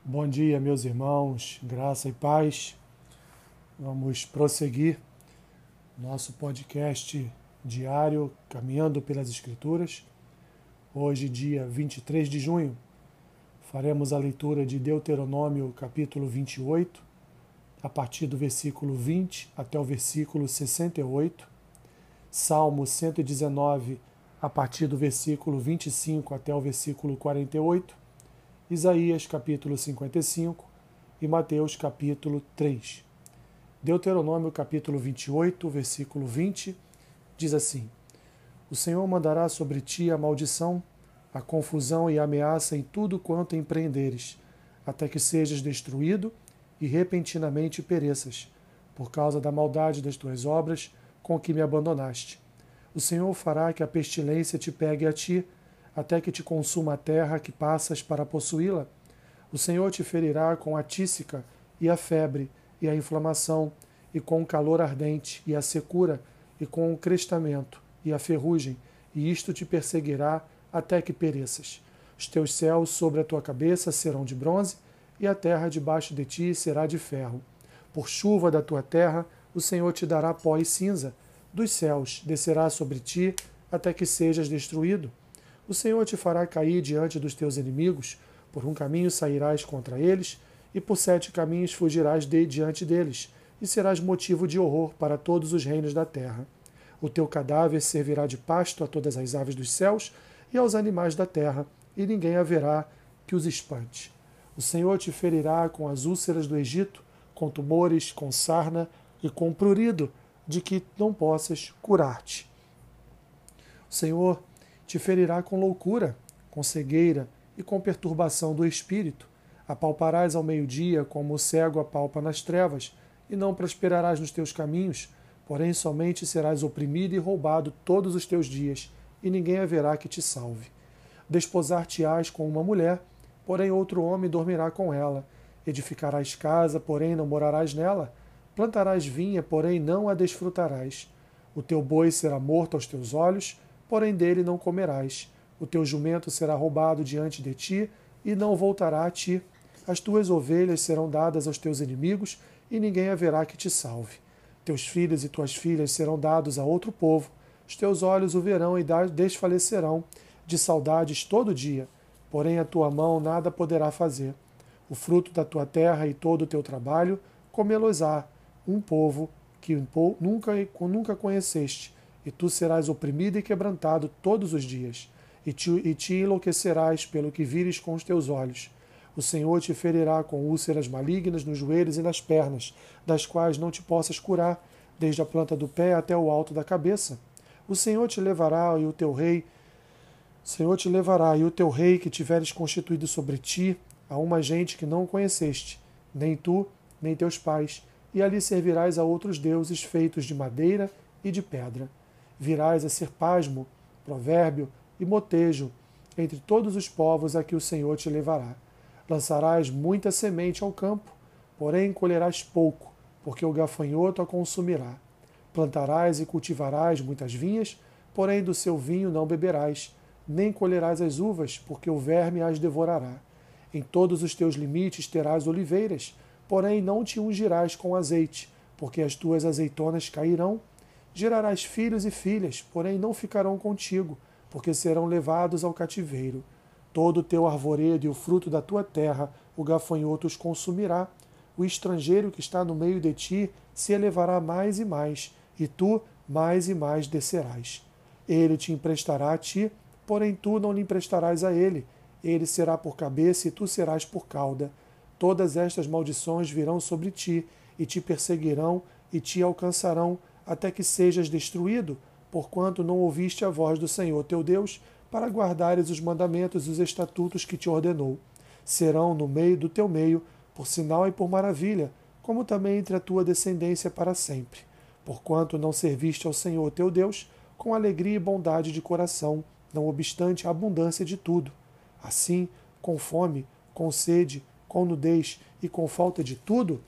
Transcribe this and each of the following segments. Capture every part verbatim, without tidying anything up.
Bom dia, meus irmãos, graça e paz. Vamos prosseguir nosso podcast diário Caminhando pelas Escrituras. Hoje, dia vinte e três de junho, faremos a leitura de Deuteronômio, capítulo vinte e oito, a partir do versículo vinte até o versículo sessenta e oito, Salmo cento e dezenove, a partir do versículo vinte e cinco até o versículo quarenta e oito, Isaías capítulo cinquenta e cinco e Mateus capítulo três. Deuteronômio capítulo vinte e oito, versículo vinte, diz assim: O Senhor mandará sobre ti a maldição, a confusão e a ameaça em tudo quanto empreenderes, até que sejas destruído e repentinamente pereças, por causa da maldade das tuas obras com que me abandonaste. O Senhor fará que a pestilência te pegue a ti, até que te consuma a terra que passas para possuí-la. O Senhor te ferirá com a tísica e a febre e a inflamação, e com o calor ardente e a secura, e com o crestamento e a ferrugem, e isto te perseguirá até que pereças. Os teus céus sobre a tua cabeça serão de bronze, e a terra debaixo de ti será de ferro. Por chuva da tua terra o Senhor te dará pó e cinza, dos céus descerá sobre ti até que sejas destruído. O Senhor te fará cair diante dos teus inimigos, por um caminho sairás contra eles, e por sete caminhos fugirás de diante deles, e serás motivo de horror para todos os reinos da terra. O teu cadáver servirá de pasto a todas as aves dos céus e aos animais da terra, e ninguém haverá que os espante. O Senhor te ferirá com as úlceras do Egito, com tumores, com sarna e com prurido, de que não possas curar-te. O Senhor te ferirá com loucura, com cegueira e com perturbação do espírito. Apalparás ao meio-dia como o cego apalpa nas trevas, e não prosperarás nos teus caminhos, porém somente serás oprimido e roubado todos os teus dias, e ninguém haverá que te salve. Desposar-te-ás com uma mulher, porém outro homem dormirá com ela. Edificarás casa, porém não morarás nela. Plantarás vinha, porém não a desfrutarás. O teu boi será morto aos teus olhos, porém dele não comerás. O teu jumento será roubado diante de ti, e não voltará a ti. As tuas ovelhas serão dadas aos teus inimigos, e ninguém haverá que te salve. Teus filhos e tuas filhas serão dados a outro povo. Os teus olhos o verão e desfalecerão de saudades todo dia, porém a tua mão nada poderá fazer. O fruto da tua terra e todo o teu trabalho comê-los-á um povo que nunca, nunca conheceste, e tu serás oprimido e quebrantado todos os dias, e te, e te enlouquecerás pelo que vires com os teus olhos. O Senhor te ferirá com úlceras malignas nos joelhos e nas pernas, das quais não te possas curar, desde a planta do pé até o alto da cabeça. O Senhor te levará e o teu rei, o Senhor te levará e o teu rei que tiveres constituído sobre ti a uma gente que não conheceste, nem tu, nem teus pais, e ali servirás a outros deuses feitos de madeira e de pedra. Virás a ser pasmo, provérbio e motejo entre todos os povos a que o Senhor te levará. Lançarás muita semente ao campo, porém colherás pouco, porque o gafanhoto a consumirá. Plantarás e cultivarás muitas vinhas, porém do seu vinho não beberás, nem colherás as uvas, porque o verme as devorará. Em todos os teus limites terás oliveiras, porém não te ungirás com azeite, porque as tuas azeitonas cairão. Gerarás filhos e filhas, porém não ficarão contigo, porque serão levados ao cativeiro. Todo o teu arvoredo e o fruto da tua terra o gafanhoto os consumirá. O estrangeiro que está no meio de ti se elevará mais e mais, e tu mais e mais descerás. Ele te emprestará a ti, porém tu não lhe emprestarás a ele. Ele será por cabeça e tu serás por cauda. Todas estas maldições virão sobre ti, e te perseguirão e te alcançarão, até que sejas destruído, porquanto não ouviste a voz do Senhor teu Deus, para guardares os mandamentos e os estatutos que te ordenou. Serão no meio do teu meio, por sinal e por maravilha, como também entre a tua descendência para sempre. Porquanto não serviste ao Senhor teu Deus, com alegria e bondade de coração, não obstante a abundância de tudo. Assim, com fome, com sede, com nudez e com falta de tudo,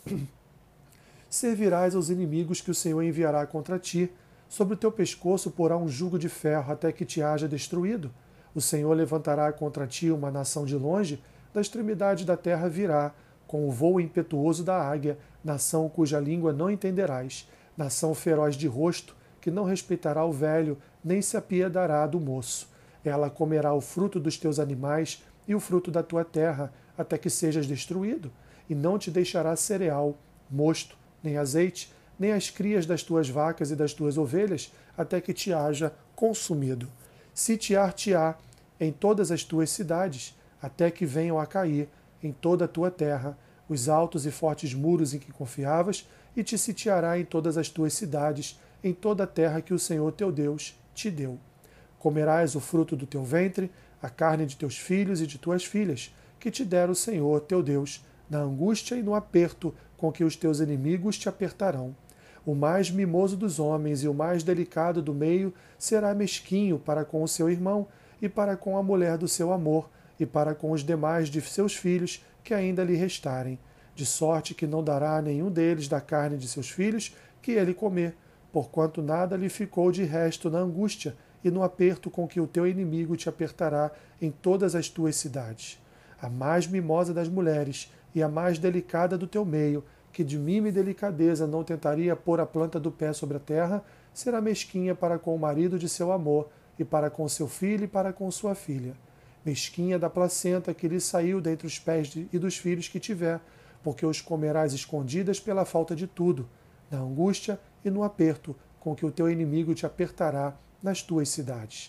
servirás aos inimigos que o Senhor enviará contra ti. Sobre o teu pescoço porá um jugo de ferro até que te haja destruído. O Senhor levantará contra ti uma nação de longe, da extremidade da terra virá, com o vôo impetuoso da águia, nação cuja língua não entenderás, nação feroz de rosto, que não respeitará o velho, nem se apiedará do moço. Ela comerá o fruto dos teus animais e o fruto da tua terra, até que sejas destruído, e não te deixará cereal, mosto, nem azeite, nem as crias das tuas vacas e das tuas ovelhas, até que te haja consumido. Sitiar-te-á em todas as tuas cidades, até que venham a cair em toda a tua terra os altos e fortes muros em que confiavas, e te sitiará em todas as tuas cidades, em toda a terra que o Senhor teu Deus te deu. Comerás o fruto do teu ventre, a carne de teus filhos e de tuas filhas, que te dera o Senhor teu Deus, na angústia e no aperto com que os teus inimigos te apertarão. O mais mimoso dos homens e o mais delicado do meio será mesquinho para com o seu irmão e para com a mulher do seu amor e para com os demais de seus filhos que ainda lhe restarem, de sorte que não dará a nenhum deles da carne de seus filhos que ele comer, porquanto nada lhe ficou de resto na angústia e no aperto com que o teu inimigo te apertará em todas as tuas cidades. A mais mimosa das mulheres e a mais delicada do teu meio, que de mima e delicadeza não tentaria pôr a planta do pé sobre a terra, será mesquinha para com o marido de seu amor, e para com seu filho e para com sua filha. Mesquinha da placenta que lhe saiu dentre os pés de, e dos filhos que tiver, porque os comerás escondidas pela falta de tudo, na angústia e no aperto com que o teu inimigo te apertará nas tuas cidades.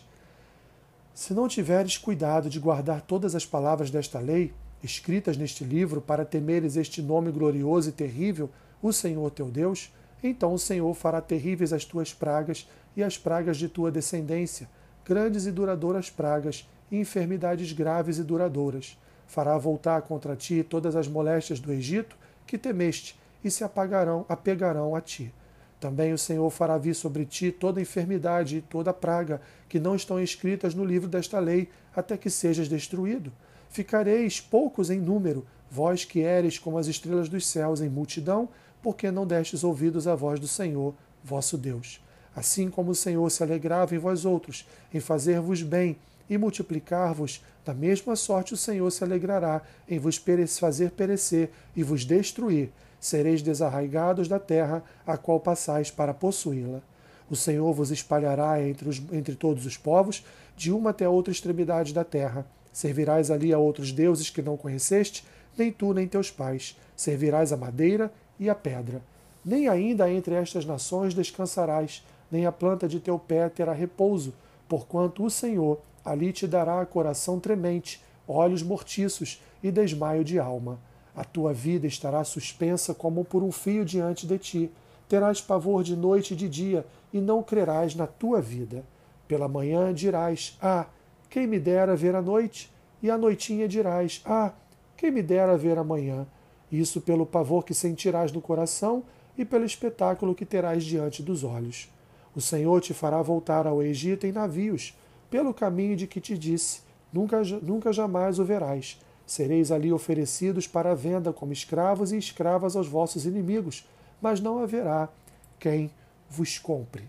Se não tiveres cuidado de guardar todas as palavras desta lei, escritas neste livro, para temeres este nome glorioso e terrível, o Senhor teu Deus, então o Senhor fará terríveis as tuas pragas e as pragas de tua descendência, grandes e duradouras pragas e enfermidades graves e duradouras. Fará voltar contra ti todas as moléstias do Egito que temeste e se apagarão, apegarão a ti. Também o Senhor fará vir sobre ti toda enfermidade e toda praga que não estão escritas no livro desta lei, até que sejas destruído. Ficareis poucos em número, vós que éreis como as estrelas dos céus em multidão, porque não destes ouvidos à voz do Senhor, vosso Deus. Assim como o Senhor se alegrava em vós outros, em fazer-vos bem e multiplicar-vos, da mesma sorte o Senhor se alegrará em vos fazer perecer e vos destruir. Sereis desarraigados da terra, a qual passais para possuí-la. O Senhor vos espalhará entre, os, entre todos os povos, de uma até a outra extremidade da terra. Servirás ali a outros deuses que não conheceste, nem tu nem teus pais. Servirás a madeira e a pedra. Nem ainda entre estas nações descansarás, nem a planta de teu pé terá repouso, porquanto o Senhor ali te dará coração tremente, olhos mortiços e desmaio de alma. A tua vida estará suspensa como por um fio diante de ti. Terás pavor de noite e de dia, e não crerás na tua vida. Pela manhã dirás, ah, quem me dera ver a noite? E à noitinha dirás, ah, quem me dera ver a manhã? Isso pelo pavor que sentirás no coração e pelo espetáculo que terás diante dos olhos. O Senhor te fará voltar ao Egito em navios, pelo caminho de que te disse, nunca, nunca jamais o verás. Sereis ali oferecidos para a venda como escravos e escravas aos vossos inimigos, mas não haverá quem vos compre.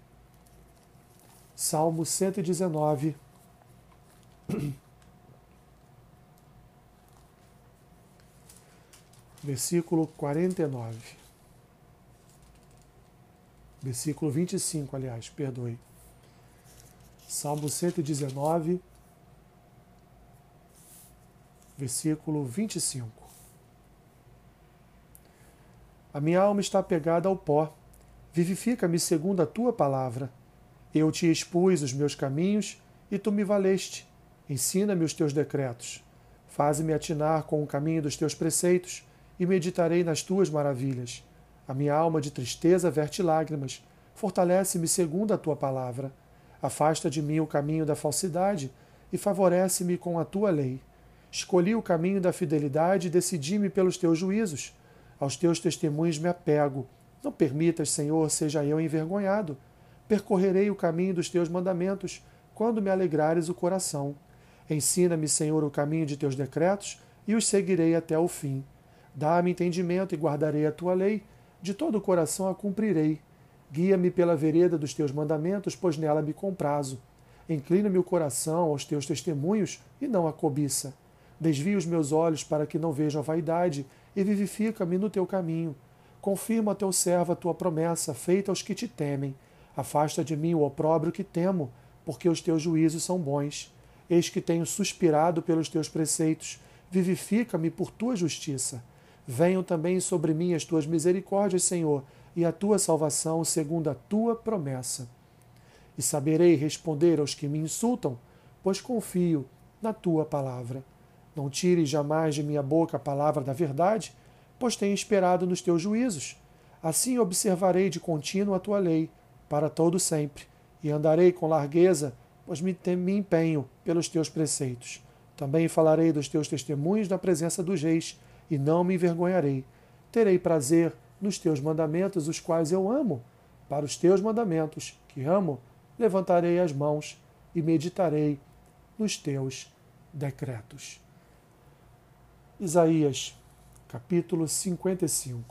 Salmo cento e dezenove. Versículo quarenta e nove. Versículo vinte e cinco, aliás, perdoe. Salmo cento e dezenove, versículo vinte e cinco. A minha alma está apegada ao pó, vivifica-me segundo a tua palavra. Eu te expus os meus caminhos e tu me valeste. Ensina-me os teus decretos. Faze-me atinar com o caminho dos teus preceitos e meditarei nas tuas maravilhas. A minha alma de tristeza verte lágrimas. Fortalece-me segundo a tua palavra. Afasta de mim o caminho da falsidade e favorece-me com a tua lei. Escolhi o caminho da fidelidade e decidi-me pelos teus juízos. Aos teus testemunhos me apego. Não permitas, Senhor, seja eu envergonhado. Percorrerei o caminho dos teus mandamentos, quando me alegrares o coração. Ensina-me, Senhor, o caminho de teus decretos, e os seguirei até o fim. Dá-me entendimento e guardarei a tua lei. De todo o coração a cumprirei. Guia-me pela vereda dos teus mandamentos, pois nela me comprazo. Inclina-me o coração aos teus testemunhos e não a cobiça. Desvia os meus olhos para que não vejam a vaidade e vivifica-me no teu caminho. Confirma a teu servo a tua promessa, feita aos que te temem. Afasta de mim o opróbrio que temo, porque os teus juízos são bons. Eis que tenho suspirado pelos teus preceitos. Vivifica-me por tua justiça. Venham também sobre mim as tuas misericórdias, Senhor, e a tua salvação segundo a tua promessa. E saberei responder aos que me insultam, pois confio na tua palavra. Não tires jamais de minha boca a palavra da verdade, pois tenho esperado nos teus juízos. Assim observarei de contínuo a tua lei, para todo sempre, e andarei com largueza, pois me, me empenho pelos teus preceitos. Também falarei dos teus testemunhos na presença dos reis, e não me envergonharei. Terei prazer nos teus mandamentos, os quais eu amo. Para os teus mandamentos, que amo, levantarei as mãos e meditarei nos teus decretos. Isaías, capítulo cinquenta e cinco.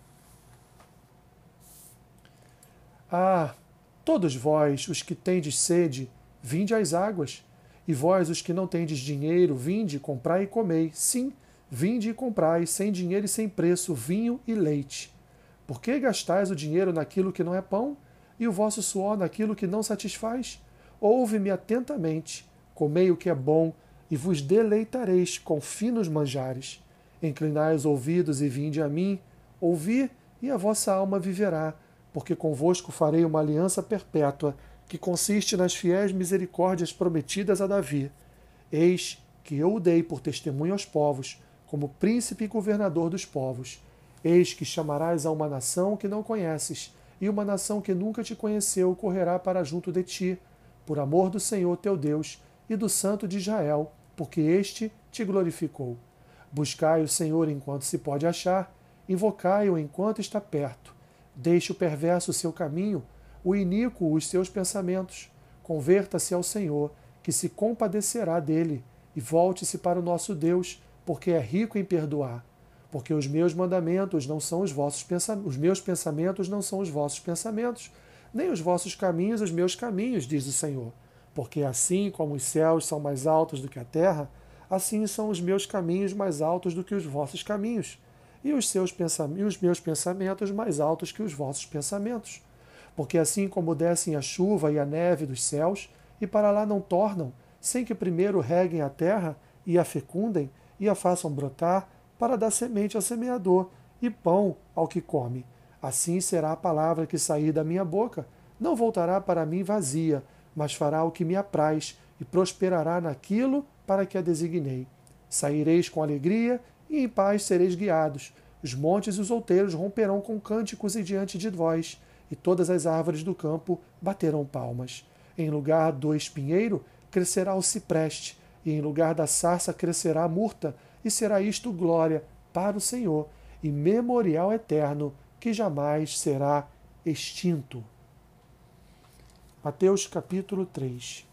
Ah, todos vós, os que tendes sede, vinde às águas, e vós, os que não tendes dinheiro, vinde, comprai e comei. Sim, vinde e comprai, sem dinheiro e sem preço, vinho e leite. Por que gastais o dinheiro naquilo que não é pão, e o vosso suor naquilo que não satisfaz? Ouve-me atentamente, comei o que é bom, e vos deleitareis com finos manjares. Inclinai os ouvidos e vinde a mim, ouvi, e a vossa alma viverá, porque convosco farei uma aliança perpétua, que consiste nas fiéis misericórdias prometidas a Davi. Eis que eu o dei por testemunho aos povos, como príncipe e governador dos povos. Eis que chamarás a uma nação que não conheces, e uma nação que nunca te conheceu correrá para junto de ti, por amor do Senhor teu Deus e do Santo de Israel, porque este te glorificou. Buscai o Senhor enquanto se pode achar, invocai-o enquanto está perto. Deixe o perverso o seu caminho, o iníquo os seus pensamentos. Converta-se ao Senhor, que se compadecerá dele, e volte-se para o nosso Deus, porque é rico em perdoar. Porque os meus mandamentos não são os vossos pensamentos, os meus pensamentos não são os vossos pensamentos, nem os vossos caminhos os meus caminhos, diz o Senhor. Porque assim como os céus são mais altos do que a terra, assim são os meus caminhos mais altos do que os vossos caminhos, e os, seus pensamentos, os meus pensamentos mais altos que os vossos pensamentos. Porque assim como descem a chuva e a neve dos céus, e para lá não tornam, sem que primeiro reguem a terra, e a fecundem, e a façam brotar, para dar semente ao semeador, e pão ao que come. Assim será a palavra que sair da minha boca, não voltará para mim vazia, mas fará o que me apraz, e prosperará naquilo para que a designei. Saireis com alegria, e em paz sereis guiados. Os montes e os outeiros romperão com cânticos e diante de vós, e todas as árvores do campo baterão palmas. Em lugar do espinheiro crescerá o cipreste, e em lugar da sarça crescerá a murta, e será isto glória para o Senhor, e memorial eterno, que jamais será extinto. Mateus capítulo três.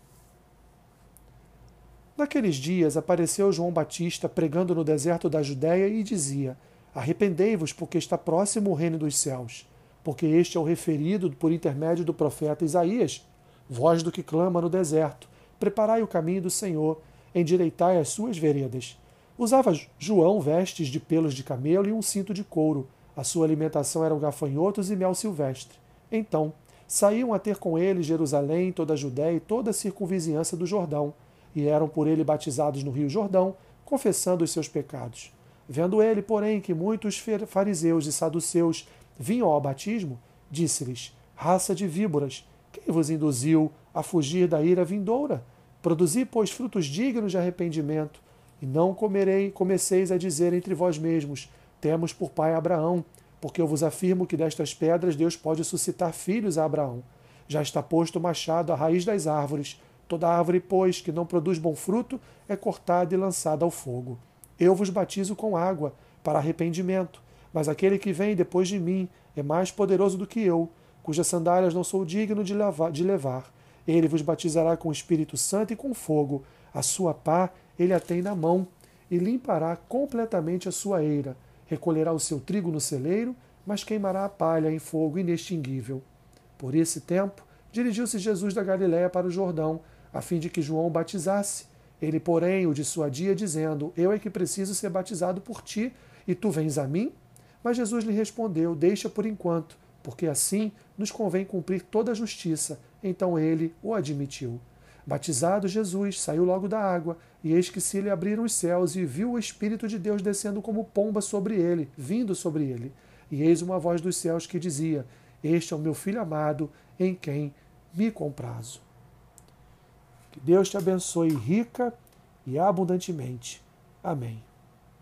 Naqueles dias apareceu João Batista pregando no deserto da Judéia e dizia: Arrependei-vos, porque está próximo o reino dos céus. Porque este é o referido por intermédio do profeta Isaías, voz do que clama no deserto: preparai o caminho do Senhor, endireitai as suas veredas. Usava João vestes de pelos de camelo e um cinto de couro. A sua alimentação eram gafanhotos e mel silvestre. Então, saíam a ter com ele Jerusalém, toda a Judéia e toda a circunvizinhança do Jordão, e eram por ele batizados no rio Jordão, confessando os seus pecados. Vendo ele, porém, que muitos fariseus e saduceus vinham ao batismo, disse-lhes: raça de víboras, quem vos induziu a fugir da ira vindoura? Produzi, pois, frutos dignos de arrependimento, e não comerei, comeceis a dizer entre vós mesmos: temos por pai Abraão, porque eu vos afirmo que destas pedras Deus pode suscitar filhos a Abraão. Já está posto o machado à raiz das árvores. Toda árvore, pois, que não produz bom fruto, é cortada e lançada ao fogo. Eu vos batizo com água, para arrependimento, mas aquele que vem depois de mim é mais poderoso do que eu, cujas sandálias não sou digno de levar. Ele vos batizará com o Espírito Santo e com fogo. A sua pá ele a tem na mão, e limpará completamente a sua eira. Recolherá o seu trigo no celeiro, mas queimará a palha em fogo inextinguível. Por esse tempo, dirigiu-se Jesus da Galiléia para o Jordão, a fim de que João o batizasse. Ele, porém, o dissuadia, dizendo: Eu é que preciso ser batizado por ti, e tu vens a mim? Mas Jesus lhe respondeu: Deixa por enquanto, porque assim nos convém cumprir toda a justiça. Então ele o admitiu. Batizado Jesus, saiu logo da água, e eis que se lhe abriram os céus, e viu o Espírito de Deus descendo como pomba sobre ele, vindo sobre ele. E eis uma voz dos céus que dizia: Este é o meu Filho amado, em quem me comprazo. Que Deus te abençoe rica e abundantemente. Amém.